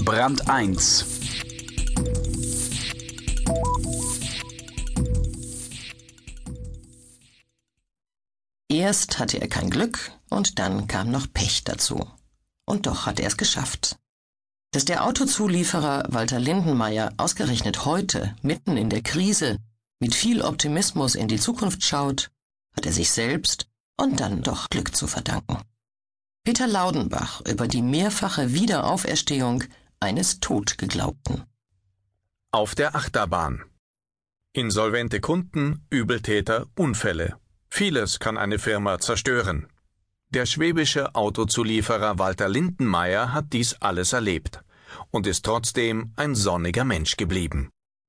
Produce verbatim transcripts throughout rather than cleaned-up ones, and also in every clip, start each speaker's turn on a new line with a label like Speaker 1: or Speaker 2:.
Speaker 1: Brand eins.
Speaker 2: Erst hatte er kein Glück und dann kam noch Pech dazu. Und doch hat er es geschafft. Dass der Autozulieferer Walter Lindenmayer ausgerechnet heute, mitten in der Krise, mit viel Optimismus in die Zukunft schaut, hat er sich selbst und dann doch Glück zu verdanken. Peter Laudenbach über die mehrfache Wiederauferstehung eines Totgeglaubten.
Speaker 3: Auf der Achterbahn. Insolvente Kunden, Übeltäter, Unfälle. Vieles kann eine Firma zerstören. Der schwäbische Autozulieferer Walter Lindenmayer hat dies alles erlebt und ist trotzdem ein sonniger Mensch geblieben.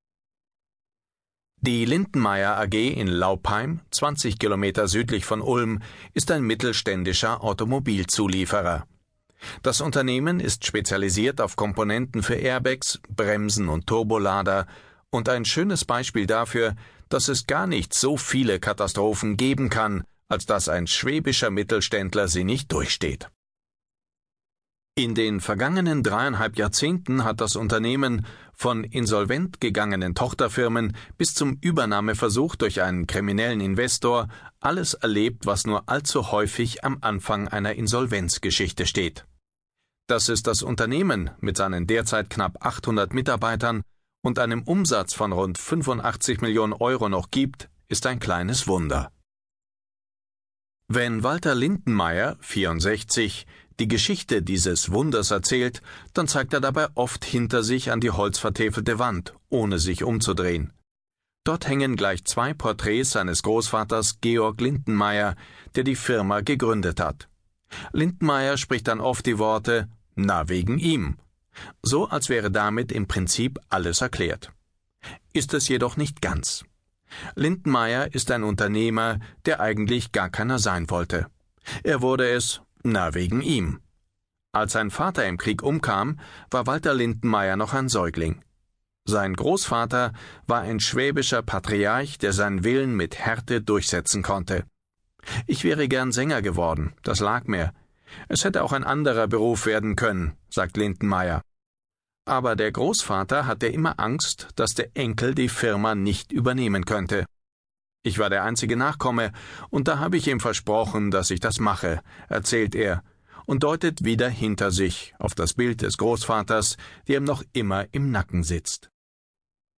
Speaker 3: Die Lindenmayer A G in Laupheim, zwanzig Kilometer südlich von Ulm, ist ein mittelständischer Automobilzulieferer. Das Unternehmen ist spezialisiert auf Komponenten für Airbags, Bremsen und Turbolader und ein schönes Beispiel dafür, dass es gar nicht so viele Katastrophen geben kann, als dass ein schwäbischer Mittelständler sie nicht durchsteht. In den vergangenen dreieinhalb Jahrzehnten hat das Unternehmen von insolvent gegangenen Tochterfirmen bis zum Übernahmeversuch durch einen kriminellen Investor alles erlebt, was nur allzu häufig am Anfang einer Insolvenzgeschichte steht. Dass es das Unternehmen mit seinen derzeit knapp achthundert Mitarbeitern und einem Umsatz von rund fünfundachtzig Millionen Euro noch gibt, ist ein kleines Wunder. Wenn Walter Lindenmayer, vierundsechzig, die Geschichte dieses Wunders erzählt, dann zeigt er dabei oft hinter sich an die holzvertäfelte Wand, ohne sich umzudrehen. Dort hängen gleich zwei Porträts seines Großvaters Georg Lindenmayer, der die Firma gegründet hat. Lindenmayer spricht dann oft die Worte »Na, wegen ihm«, so als wäre damit im Prinzip alles erklärt. Ist es jedoch nicht ganz. Lindenmayer ist ein Unternehmer, der eigentlich gar keiner sein wollte. Er wurde es, na wegen ihm. Als sein Vater im Krieg umkam, war Walter Lindenmayer noch ein Säugling. Sein Großvater war ein schwäbischer Patriarch, der seinen Willen mit Härte durchsetzen konnte. Ich wäre gern Sänger geworden, das lag mir. Es hätte auch ein anderer Beruf werden können, sagt Lindenmayer. Aber der Großvater hatte immer Angst, dass der Enkel die Firma nicht übernehmen könnte. Ich war der einzige Nachkomme, und da habe ich ihm versprochen, dass ich das mache, erzählt er, und deutet wieder hinter sich auf das Bild des Großvaters, der ihm noch immer im Nacken sitzt.